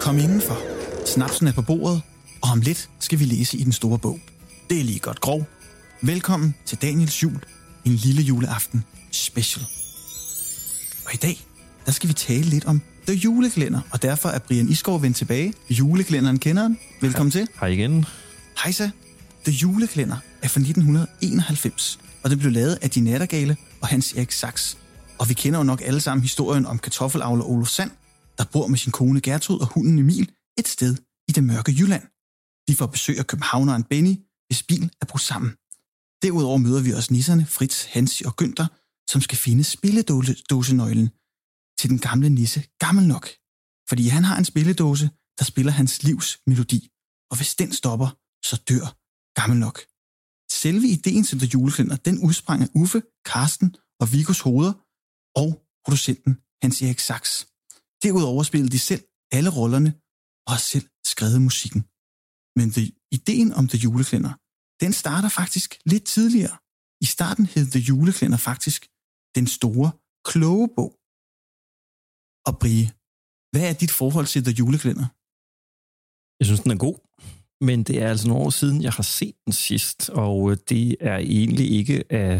Kom indenfor. Snapsen er på bordet, og om lidt skal vi læse i den store bog. Det er lige godt grov. Velkommen til Daniels jul, en lille juleaften special. Og i dag, der skal vi tale lidt om The Julekalender, og derfor er Brian Iskov vendt tilbage. Julekalenderen kender han. Velkommen til. Hej igen. Hejsa. The Julekalender er fra 1991, og den blev lavet af De Nattergale og Hans Erik Sachs. Og vi kender jo nok alle sammen historien om kartoffelavler Olof Sand, der bor med sin kone Gertrud og hunden Emil et sted i det mørke Jylland. De får besøg af københavneren Benny, hvis bil er brudt sammen. Derudover møder vi også nisserne Fritz, Hansi og Günther, som skal finde spilledåsenøglen til den gamle nisse Gammel Nok. Fordi han har en spilledåse, der spiller hans livs melodi, og hvis den stopper, så dør Gammel Nok. Selve ideen til The Julekalender, den udsprang af Uffe, Karsten og Viggos hoveder og producenten Hans Erik Sachs. Derudover spillede de selv alle rollerne og har selv skrevet musikken. Men ideen om The Julekalender, den starter faktisk lidt tidligere. I starten hed The Julekalender faktisk Den Store Kloge Bog. Og Brie, hvad er dit forhold til The Julekalender? Jeg synes, den er god, men det er altså nogle år siden, jeg har set den sidst, og det er egentlig ikke af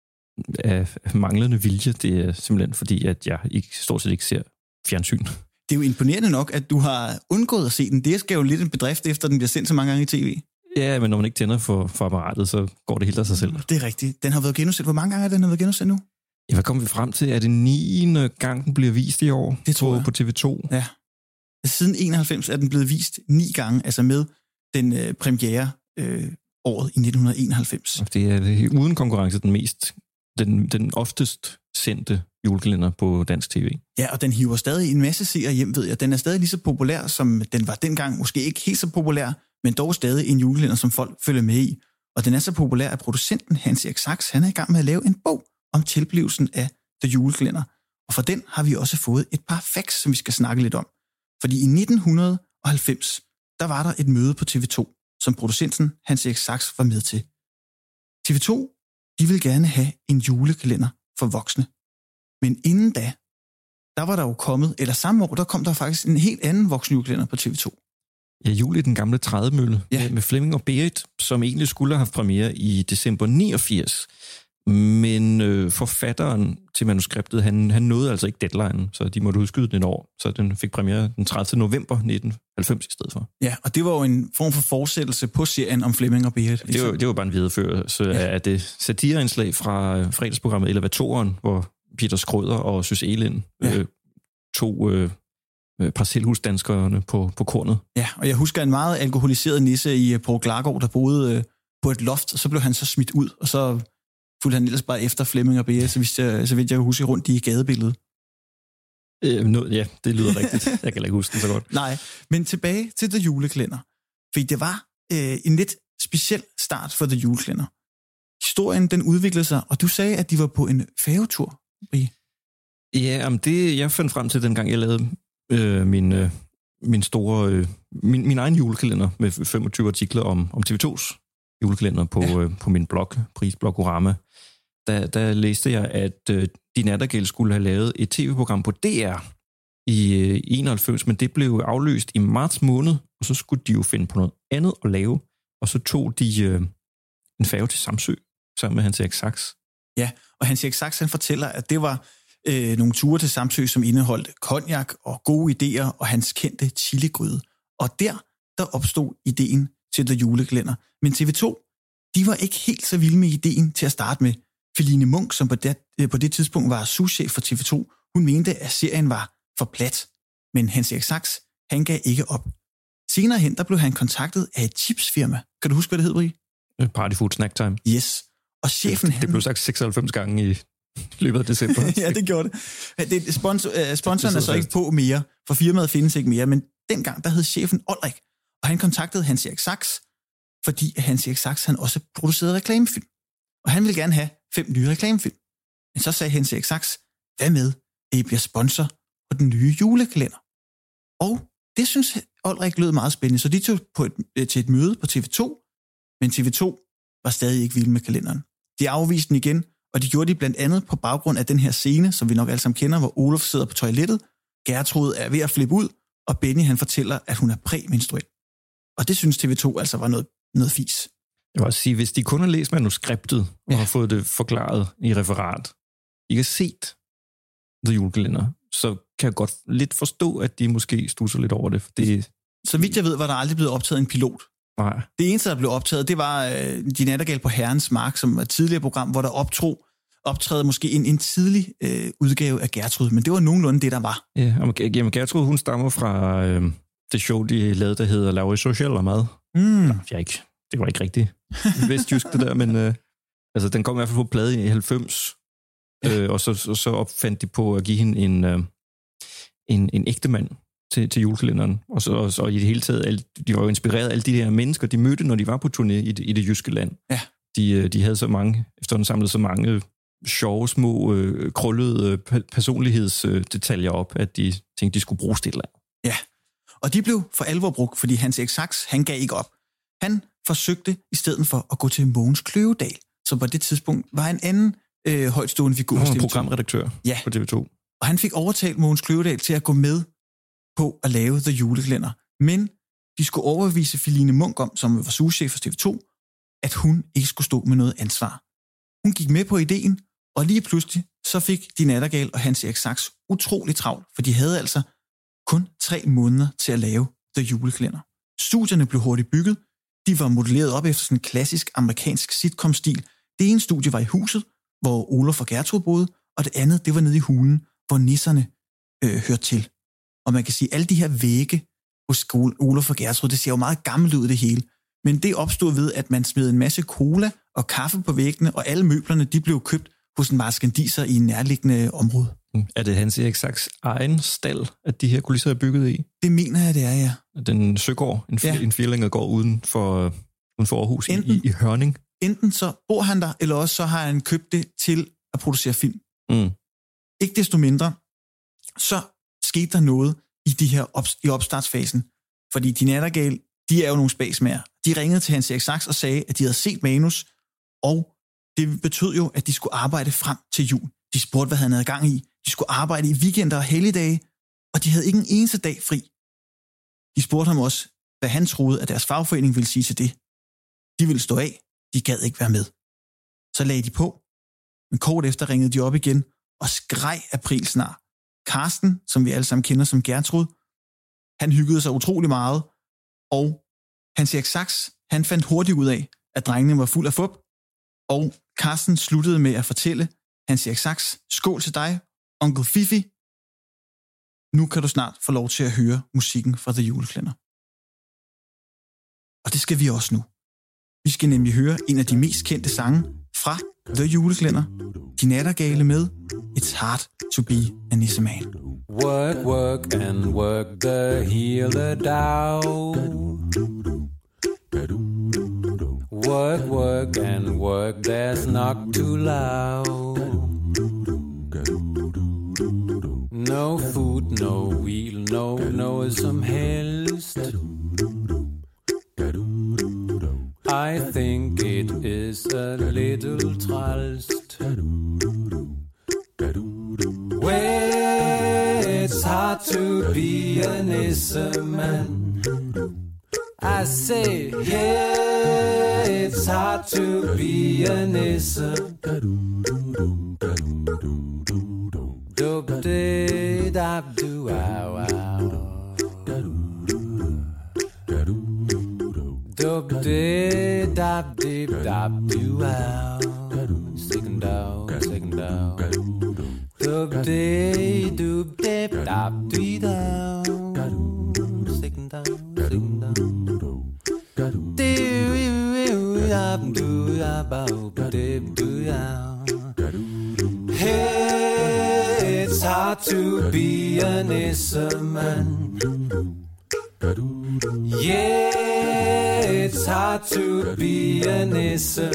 manglende vilje. Det er simpelthen fordi, at jeg stort set ikke ser fjernsyn. Det er jo imponerende nok, at du har undgået at se den. Det skal jo lidt en bedrift, efter den bliver sendt så mange gange i tv. Ja, men når man ikke tænder for apparatet, så går det helt af sig selv. Det er rigtigt. Den har været genudsendt. Hvor mange gange har den været genudsendt nu? Ja, hvad kommer vi frem til? Er det 9. gang, den bliver vist i år? Det tror jeg. På TV2? Ja. Siden 91 er den blevet vist 9 gange, altså med den premiere året i 1991. Det er uden konkurrence den oftest sendte julekalender på dansk tv. Ja, og den hiver stadig en masse seere hjem, ved jeg. Den er stadig lige så populær, som den var dengang. Måske ikke helt så populær, men dog stadig en julekalender, som folk følger med i. Og den er så populær, at producenten Hans Erik Sachs, han er i gang med at lave en bog om tilblivelsen af The Julekalender. Og for den har vi også fået et par facts, som vi skal snakke lidt om. Fordi i 1990, der var der et møde på TV2, som producenten Hans Erik Sachs var med til. TV2, de ville gerne have en julekalender for voksne. Men inden da, der var der jo kommet, eller samme år, der kom der faktisk en helt anden voksenjulekalender på TV2. Ja, Jul i den gamle trædemølle, ja. Med Flemming og Berit, som egentlig skulle have haft premiere i december 89. Men forfatteren til manuskriptet, han nåede altså ikke deadline, så de måtte udskyde den et år. Så den fik premiere den 30. november 1990 i stedet for. Ja, og det var jo en form for fortsættelse på serien om Flemming og Berit. Det var bare en videreførelse af det satireindslag fra fredagsprogrammet Elevatoren, hvor Peter Skrøder og Søs Elin tog parcelhusdanskerne på kornet. Ja, og jeg husker en meget alkoholiseret nisse i Poul Klargaard, der boede på et loft, og så blev han så smidt ud, og så fulgte han ellers bare efter Flemming og Berit, så vidt jeg husker rundt i gadebilledet. Ja, det lyder rigtigt. Jeg kan ikke huske den så godt. Nej, men tilbage til The Julekalender. Fordi det var en lidt speciel start for The Julekalender. Historien, den udviklede sig, og du sagde, at de var på en færgetur. Ja, det jeg fandt frem til, dengang jeg lavede min egen julekalender med 25 artikler om TV2's julekalender på min blog, Prisblogorama. Der læste jeg, at De Nattergale skulle have lavet et tv-program på DR i 91, men det blev afløst i marts måned, og så skulle de jo finde på noget andet at lave, og så tog de en færge til Samsø sammen med Hans Erik Sachs. Ja, og Hans Erik Sachs, han fortæller, at det var nogle ture til Samsø, som indeholdt cognac og gode idéer og hans kendte chiligryde. Og der opstod ideen til The Julekalender. Men TV2, de var ikke helt så vilde med ideen til at starte med. Feline Munk, som på det tidspunkt var souschef for TV2, hun mente, at serien var for plat. Men Hans Erik Sachs, han gav ikke op. Senere hen, der blev han kontaktet af et chipsfirma. Kan du huske, hvad det hed, Brie? Party Food Snack Time. Yes. Og chefen... Det blev sagt 96 gange i løbet af december. Ja, det gjorde det. Sponsoren er så ikke på mere, for firmaet findes ikke mere, men dengang, der hed chefen Ulrik, og han kontaktede Hans Erik Sachs, fordi Hans Erik Sachs, han også producerede reklamefilm. Og han ville gerne have 5 nye reklamefilm. Men så sagde Hans Erik Sachs, hvad med, at I bliver sponsor på den nye julekalender? Og det synes Ulrik lød meget spændende, så de tog til et møde på TV2, men TV2 var stadig ikke vilde med kalenderen. De afviste den igen, og de gjorde det blandt andet på baggrund af den her scene, som vi nok alle sammen kender, hvor Olof sidder på toilettet, Gertrud er ved at flippe ud, og Benny han fortæller, at hun er præmenstruel. Og det synes TV2 altså var noget fis. Jeg vil også sige, hvis de kun har læst manuskriptet og har fået det forklaret i referat, ikke har set The Julekalender, så kan jeg godt lidt forstå, at de måske studser lidt over det. Så vidt jeg ved, var der aldrig blevet optaget en pilot. Nej. Det eneste, der blev optaget, det var De Nattergale på Herrens Mark, som var et tidligere program, hvor der optræde måske en tidlig udgave af Gertrud, men det var nogenlunde det, der var. Ja, og Gertrud, hun stammer fra det show, de lavede, der hedder Laver i Social og Mad. Det var ikke rigtigt vestjysk, det der, men altså, den kom i hvert fald på plade i 90, og så opfandt de på at give hende en ægte mand til julekalenderen. Og så i det hele taget, de var jo inspireret af alle de her mennesker, de mødte, når de var på turné i det jyske land. Ja. De havde så mange, efterhånden samlet så mange sjove, små, krøllede personlighedsdetaljer op, at de tænkte, de skulle bruges til et eller andet. Ja, og de blev for alvor brugt, fordi Hans Erik Sachs, han gav ikke op. Han forsøgte i stedet for at gå til Mogens Kløvedal, som på det tidspunkt var en anden højtstående figur. Han var programredaktør på TV2. Og han fik overtalt Mogens Kløvedal til at gå med på at lave The Julekalender. Men de skulle overbevise Feline Munk om, som var souschef for TV2, at hun ikke skulle stå med noget ansvar. Hun gik med på ideen, og lige pludselig så fik De Nattergale og Hans Erik Sachs utrolig travlt, for de havde altså kun 3 måneder til at lave The Julekalender. Studierne blev hurtigt bygget. De var modelleret op efter sådan en klassisk amerikansk sitcom-stil. Det ene studie var i huset, hvor Olaf og Gertrud boede, og det andet, det var nede i hulen, hvor nisserne hørte til. Og man kan sige, at alle de her vægge hos Olaf og Gertrud, det ser jo meget gammelt ud det hele. Men det opstod ved, at man smed en masse cola og kaffe på væggene, og alle møblerne, de blev købt hos en marskandiser i en nærliggende område. Er det Hans Erik Sachs egen stald, at de her kulisser er bygget i? Det mener jeg, det er, ja. Den søgård, en firlinger går uden for Aarhus i Hørning. Enten så bor han der, eller også så har han købt det til at producere film. Ikke desto mindre, så skete der noget i opstartsfasen. Fordi De Nattergale, de er jo nogle spasmager. De ringede til Hans Erik Sachs og sagde, at de havde set manus, og det betød jo, at de skulle arbejde frem til jul. De spurgte, hvad han havde gang i. De skulle arbejde i weekender og helligdage, og de havde ikke en eneste dag fri. De spurgte ham også, hvad han troede, at deres fagforening ville sige til det. De ville stå af. De gad ikke være med. Så lagde de på, men kort efter ringede de op igen og skreg aprilsnar. Karsten, som vi alle sammen kender som Gertrud, han hyggede sig utrolig meget, og Hans Erik Sachs, han fandt hurtigt ud af, at drengene var fuld af fup, og Karsten sluttede med at fortælle Hans Erik Sachs, skål til dig, onkel Fifi. Nu kan du snart få lov til at høre musikken fra The Julekalender. Og det skal vi også nu. Vi skal nemlig høre en af de mest kendte sange fra The Julekalender, De Nattergale med It's Hard to Be a Nisseman. Work, work and work the healer down. Work, work and work, there's not too loud. No food, no wheel, no som helst. I think it is a little trælst. Well, it's hard to be a nisseman. I say, yeah, it's hard to be a nisse. Dub-de-dab-do-ow-ow. Dub-de-dab-de-dab-do-ow. Second down, second down. Dub-de-dub-de-dab-de-down. Second down, second down. Hey, it's hard to be a nisseman. Yeah, it's hard to be a nisse.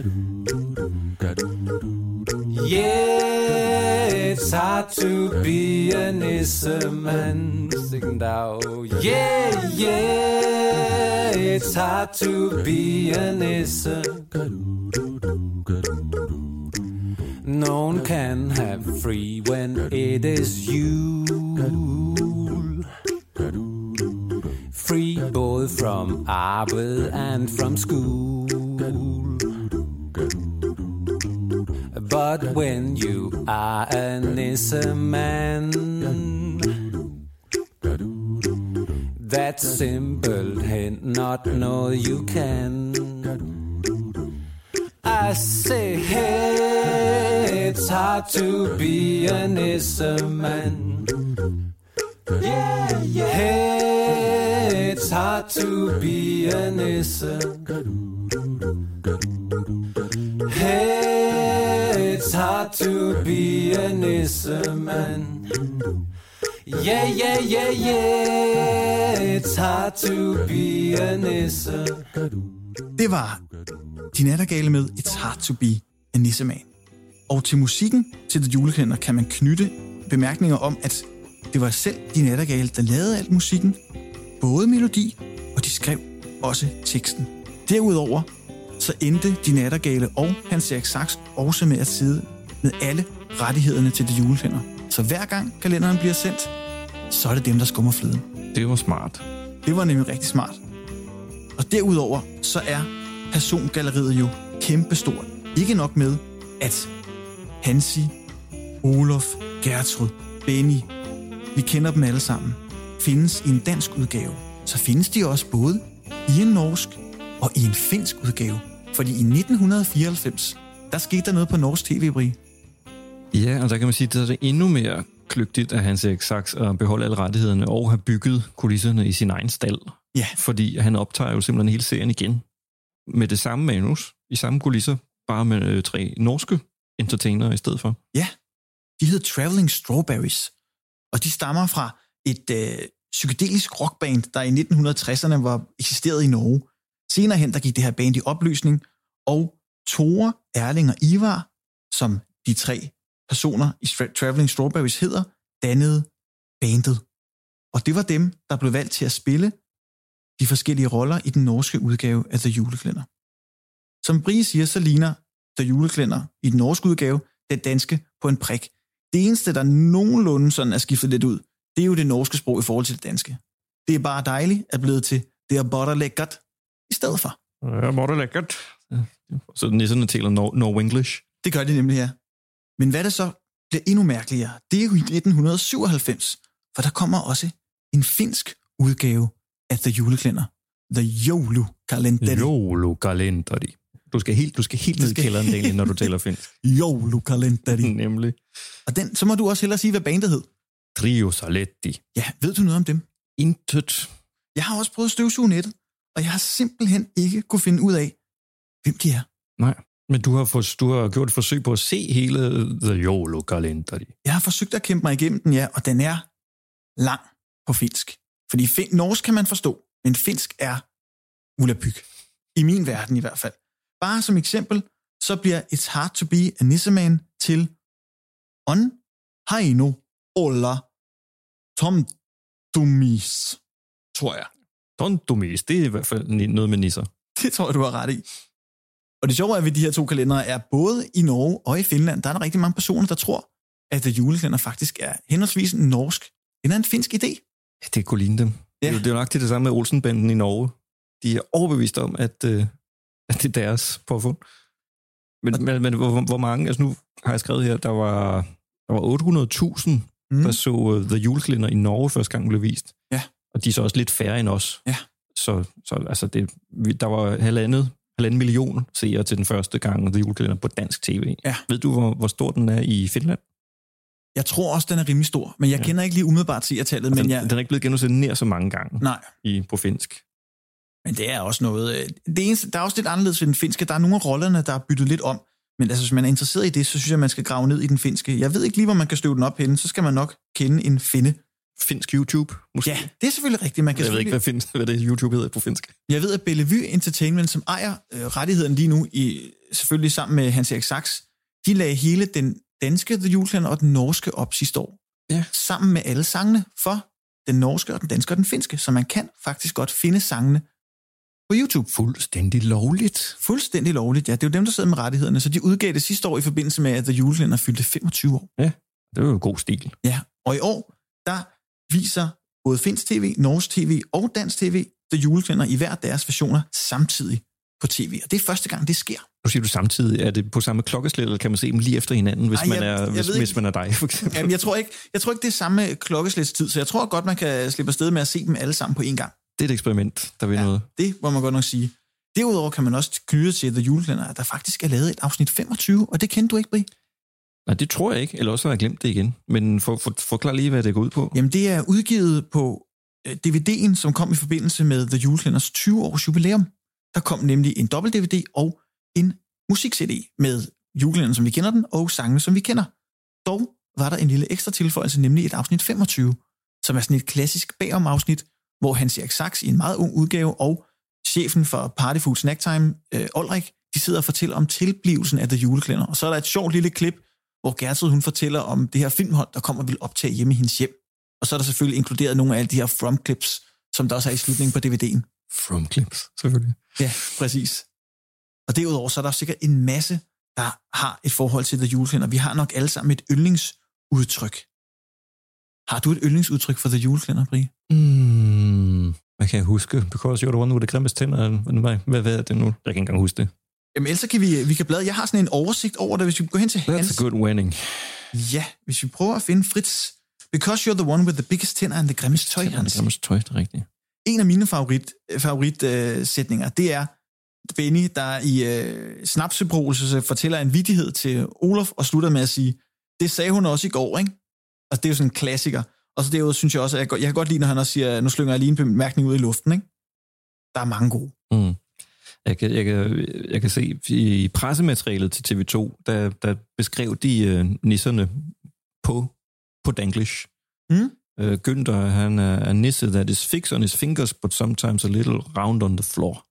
Yeah, it's hard to be a nisseman. Sing down. Yeah, yeah, it's hard to be a nisse. No one can have free when it is Yule. from arbejde and from school. But when you are a nisseman, that's simpelthen not noget you can. I say, hey, it's hard to be a nisseman. Yeah, yeah. Hey, it's hard to be a nisse. Hey, it's hard to be a nisseman. Yeah, yeah, yeah, yeah. It's hard to be a nisse. Det var De Nattergale med It's Hard to Be a Nisseman. Og til musikken til The Julekalender kan man knytte bemærkninger om, at det var selv De Nattergale, der lavede alt musikken, både melodi, og de skrev også teksten. Derudover så endte De Nattergale og Hans Erik Sachs også med at sidde med alle rettighederne til The Julekalender. Så hver gang kalenderen bliver sendt, så er det dem, der skummer fløden. Det var smart. Det var nemlig rigtig smart. Og derudover så er persongalleriet jo kæmpestort. Ikke nok med, at Hansi, Olof, Gertrud, Benny, vi kender dem alle sammen, findes i en dansk udgave. Så findes de også både i en norsk og i en finsk udgave. Fordi i 1994, der skete der noget på norsk tv, Brie. Ja, og der kan man sige, at det er endnu mere kløgtigt af Hans Erik Sachs at beholde alle rettighederne og have bygget kulisserne i sin egen stald. Ja. Fordi han optager jo simpelthen hele serien igen med det samme manus, i samme kulisser, bare med 3 norske entertainere i stedet for. Ja, de hedder Traveling Strawberries, og de stammer fra et psykedelisk rockband, der i 1960'erne var eksisteret i Norge. Senere hen, der gik det her band i opløsning, og Tore, Erling og Ivar, som de 3 personer i Traveling Strawberries hedder, dannede bandet. Og det var dem, der blev valgt til at spille de forskellige roller i den norske udgave af The Julekalender. Som Brie siger, så ligner The Julekalender i den norske udgave den danske på en prik. Det eneste, der nogenlunde sådan er skiftet lidt ud, det er jo det norske sprog i forhold til det danske. Det er bare dejligt at blive til det er bare lækkert i stedet for. Ja, bare lækkert. Så nisserne taler Norwenglish. Det gør de nemlig her. Men hvad det så bliver endnu mærkeligere, det er jo i 1997, for der kommer også en finsk udgave af The Julekalender. The Joulukalenteri. Joulukalenteri. Du skal helt ned i kælderen, Daniel, når du taler finsk. Joulukalenteri. Nemlig. Og den, så må du også hellere sige, hvad bandet hed. Trio Saletti. Ja, ved du noget om dem? Intet. Jeg har også prøvet at støvsuge nettet, og jeg har simpelthen ikke kunne finde ud af, hvem de er. Nej, men du har gjort et forsøg på at se hele The Joulukalenteri. Jeg har forsøgt at kæmpe mig igennem den, ja, og den er lang på finsk. Fordi norsk kan man forstå, men finsk er ulapyg. I min verden i hvert fald. Bare som eksempel, så bliver It's Hard to Be a Nisseman til On Haino Olla Tom Dumis, tror jeg. Tom Dumis, det er i hvert fald noget med nisser. Det tror jeg, du har ret i. Og det sjove er, at de her 2 kalendere er både i Norge og i Finland. Der er rigtig mange personer, der tror, at The Julekalender faktisk er henholdsvis en norsk eller en finsk idé. Ja, det kunne ligne dem. Ja. Det er jo nok det samme med Olsenbanden i Norge. De er overbevist om, at det er deres påfund. Men hvor mange? Altså nu har jeg skrevet her, der var 800.000, der så The Julekalender i Norge første gang blev vist. Ja. Og de er så også lidt færre end os. Ja. Så altså der var halvanden million seere til den første gang The Julekalender på dansk tv. Ja. Ved du, hvor stor den er i Finland? Jeg tror også, den er rimelig stor, men jeg kender ikke lige umiddelbart seertallet. Men den er ikke blevet genudsendt nær så mange gange. Nej. På finsk. Men det er også noget... Det eneste, der er også lidt anderledes ved den finske. Der er nogle af rollerne, der er byttet lidt om. Men altså, hvis man er interesseret i det, så synes jeg, man skal grave ned i den finske. Jeg ved ikke lige, hvor man kan støve den op henne. Så skal man nok kende en finde. Finsk YouTube, måske? Ja, det er selvfølgelig rigtigt. Man kan jeg ved ikke, hvad det YouTube hedder på finsk. Jeg ved, at Bellevue Entertainment, som ejer rettigheden lige nu, selvfølgelig sammen med Hans Erik Sachs, de lagde hele den danske The Julekalender og den norske op sidste år. Ja. Sammen med alle sangene for den norske og den danske og den finske. Så man kan faktisk godt finde sangene på YouTube. Fuldstændig lovligt. Fuldstændig lovligt, ja. Det er jo dem, der sidder med rettighederne. Så de udgav det sidste år i forbindelse med, at The Julekalender fyldte 25 år. Ja, det var jo en god stil. Ja, og i år, der viser både finsk tv, norsk tv og dansk tv The Juleklænder i hver deres versioner samtidig på tv. Og det er første gang, det sker. Nu siger du samtidig, er det på samme klokkeslæt, eller kan man se dem lige efter hinanden, hvis man er dig, for eksempel? Jamen, jeg tror ikke, det er samme klokkeslætstid, så jeg tror godt, man kan slippe afsted med at se dem alle sammen på én gang. Det er et eksperiment, der vil noget. Det må man godt nok sige. Derudover kan man også knytte til The Juleklænder, at der faktisk er lavet et afsnit 25, og det kendte du ikke, Bri? Nej, det tror jeg ikke, eller også har jeg glemt det igen. Men forklar lige, hvad det går ud på. Jamen, det er udgivet på DVD'en, som kom i forbindelse med The Juleklænders 20-års jubilæum. Der kom nemlig en dobbelt-DVD og en musik-CD med Juleklænderen, som vi kender den, og sangene, som vi kender. Dog var der en lille ekstra tilføjelse, nemlig et afsnit 25, som er sådan et klassisk bagom-afsnit, hvor Hans Erik Sachs i en meget ung udgave, og chefen for Party Food Snack Time, Ulrik, de sidder og fortæller om tilblivelsen af The Juleklænder. Og så er der et sjovt lille klip, hvor Gertrud, hun fortæller om det her filmhold, der kommer og vil optage hjemme i hendes hjem. Og så er der selvfølgelig inkluderet nogle af alle de her From-clips, som der også er i slutningen på DVD'en. From-clips, selvfølgelig. Ja, præcis. Og derudover så er der sikkert en masse, der har et forhold til The Juleklænder. Vi har nok alle sammen et yndlingsudtryk. Har du et yndlingsudtryk for The Juleklænder, Bri? Hvad kan jeg huske? Because you're the one with the grimmest tænder. Hvad er det nu? Jeg kan ikke engang huske det. Jamen ellers så kan vi kan bladre. Jeg har sådan en oversigt over det, hvis vi går hen til Hans. That's a good winning. Ja, hvis vi prøver at finde Fritz. Because you're the one with the biggest tænder and the grimmest tøj, Hans. The grimmest tøj, det er rigtigt. En af mine favoritsætninger, det er Benny, der i snapsebrugelse fortæller en vittighed til Olof og slutter med at sige, det sagde hun også i går, ikke? Og det er jo sådan en klassiker. Og så derudover synes jeg også, at jeg kan godt lide, når han også siger, nu slynger jeg lige en bemærkning ud i luften, ikke? Der er mange gode. Jeg kan se i pressematerialet til TV2, der beskrev de nisserne på Danglish. Günther, han er a nisse that is fixed on his fingers, but sometimes a little round on the floor.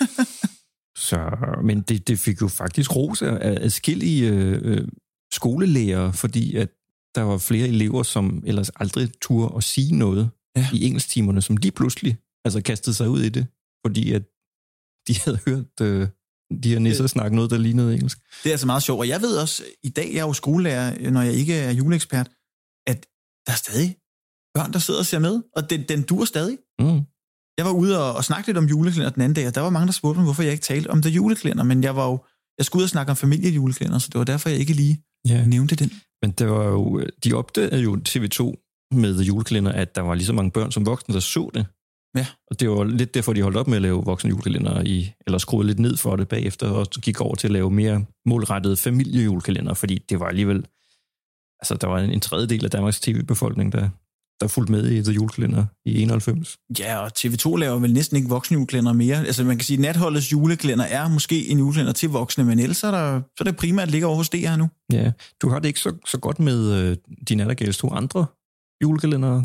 Men det fik jo faktisk ros af adskillige skolelærer, fordi at der var flere elever, som ellers aldrig turde at sige noget i engelsktimerne, som lige pludselig kastede sig ud i det, fordi at de havde hørt de her nisser snakke noget, der lignede engelsk. Det er altså meget sjovt, og jeg ved også, i dag jeg er jo skolelærer, når jeg ikke er juleekspert, at der er stadig børn, der sidder og ser med, og den duer stadig. Jeg var ude og snakke lidt om Juleklænder den anden dag, og der var mange, der spurgte mig, hvorfor jeg ikke talte om The Juleklænder, men jeg skulle ud og snakke om familiejuleklænder, så det var derfor, jeg ikke lige nævnte den. Men det var jo, de opdagede jo TV2 med The Juleklænder, at der var lige så mange børn som voksne, der så det. Ja. Og det var lidt derfor, de holdt op med at lave voksne julekalender, eller skruede lidt ned for det bagefter, og gik over til at lave mere målrettede familiejulekalender, fordi det var alligevel, der var en tredjedel af Danmarks tv-befolkning, der fulgte med i The Julekalender i 91. Ja, og TV2 laver vel næsten ikke voksne julekalender mere. Altså man kan sige, at Natholdets julekalender er måske en julekalender til voksne, men ellers så er det primært ligger over hos DR nu. Ja, du har det ikke så godt med De Nattergales 2 andre julekalender?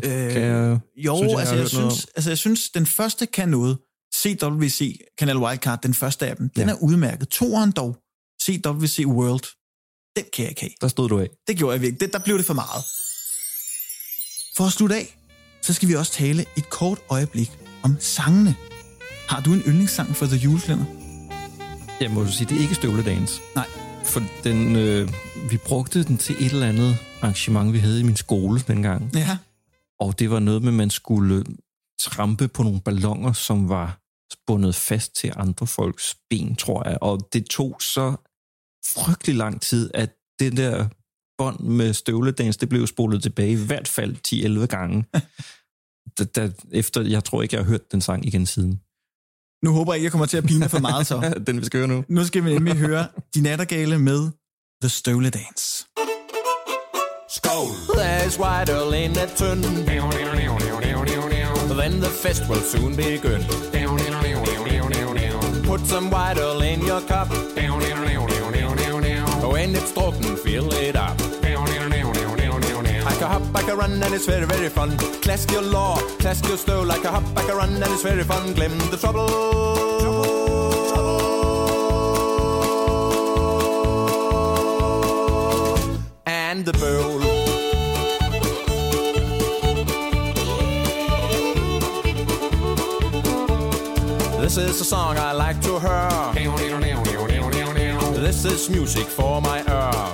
Jeg synes, den første kan noget. CWC, Kanal Wildcard, den første af dem, den er udmærket. Toeren dog, CWC World, den kan jeg ikke have. Der stod du af. Det gjorde jeg virkelig. Der blev det for meget. For at slutte af, så skal vi også tale et kort øjeblik om sangene. Har du en yndlingssang for The Juleklænder? Jeg må sige, det er ikke Støvledans. Nej. For vi brugte den til et eller andet arrangement, vi havde i min skole dengang. Ja. Og det var noget med, at man skulle trampe på nogle balloner, som var bundet fast til andre folks ben, tror jeg. Og det tog så frygtelig lang tid, at det der bånd med Støvledans, det blev spolet tilbage i hvert fald 10-11 gange. Efter, jeg tror ikke, jeg har hørt den sang igen siden. Nu håber jeg ikke, jeg kommer til at pine for meget så. Den vi skal høre nu. Nu skal vi nemlig høre De Nattergale med The Støvledans. Skål! There's white øl in that tun. Then the fest will soon begin. Put some white øl in your cup. When it's drunken, fill it up. I can hop, I can run, and it's very, very fun. Clask your law, clask your stove. I can hop, I can run, and it's very fun. Glem the trouble. And the bowl. This is a song I like to hear. This is music for my ear.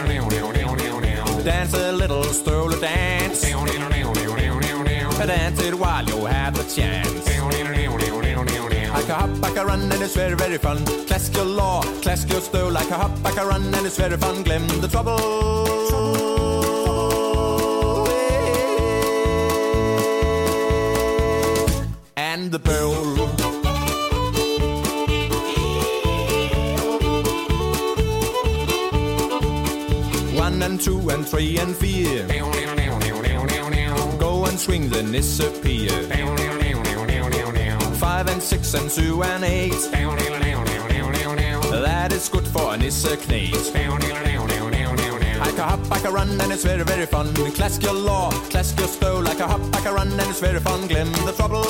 Dance a little stroll dance. Dance it while you have the chance. like a hop, like a run, and it's very, very fun. Clask your law, clask your stow, like a hop, like a run, and it's very fun. Glem the trouble. And the bowl. 1 and 2 and 3 and 4. Go and swing the disappear. 5 and 6 and 2 and 8. That is good for a nisseknæs. Like a hop, like a run, and it's very, very fun. Clask your law, clask your stow, like a hop, like a run, and it's very fun. Glem the trouble.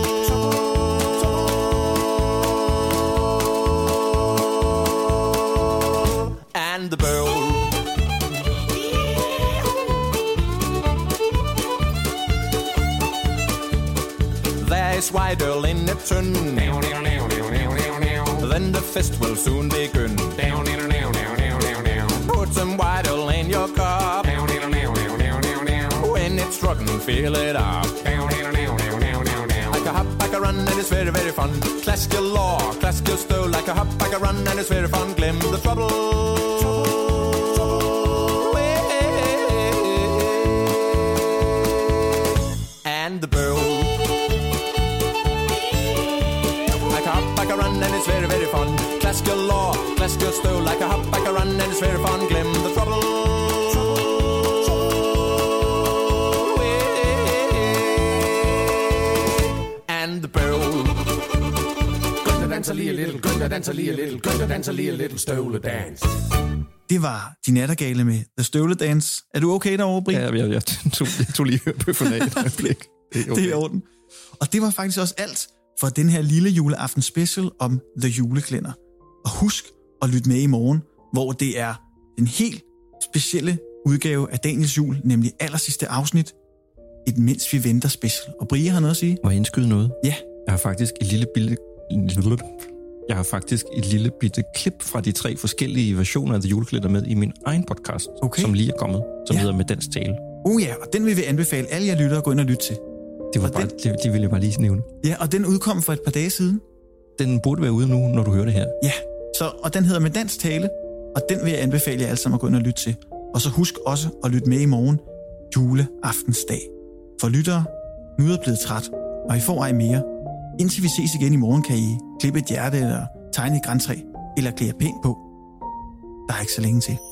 And the bowl. There is white earl in a tun. Then the fest will soon begin. Put some white earl in your cup. When it's struck, fill it up. Like a hop, like a run, and it's very, very fun. Clask your law, clask your stow, like a hop, like a run, and it's very fun. Glem the trouble. And the bowl. Like a run and it's very, very fun. Clask your law, clask your stow, like a hop, like a run and it's very fun. Glem the trouble. And the bowl. Good to dance lige a little, good to dance lige a little, good to dance lige a little støvledans. Det var De Nattergale med The Støvledans. Er du okay derovre, Brian? Ja, jeg tog lige hørebøffen af et øjeblik. Det er i orden. Og det var faktisk også alt for den her lille juleaften special om The Juleklænder. Og husk at lytte med i morgen, hvor det er en helt specielle udgave af Daniels jul, nemlig allersidste afsnit, et Mens vi venter special. Og Brie har noget at sige. Må jeg indskyde noget? Ja. Jeg har faktisk et lille bitte klip fra de 3 forskellige versioner af The Juleklænder med i min egen podcast, som lige er kommet, som hedder Med Dansk Tale. Ja, og den vil vi anbefale alle jer lyttere at gå ind og lytte til. Det var bare, det ville jeg bare lige nævne. Ja, og den udkom for et par dage siden. Den burde være ude nu, når du hører det her. Ja, og den hedder Med Dansk Tale, og den vil jeg anbefale jer alle sammen at gå ind og lytte til. Og så husk også at lytte med i morgen, juleaftensdag. For lyttere, nu er jeg blevet træt, og I får ej mere. Indtil vi ses igen i morgen, kan I klippe et hjerte, eller tegne et grantræ, eller klæde pænt på. Der er ikke så længe til.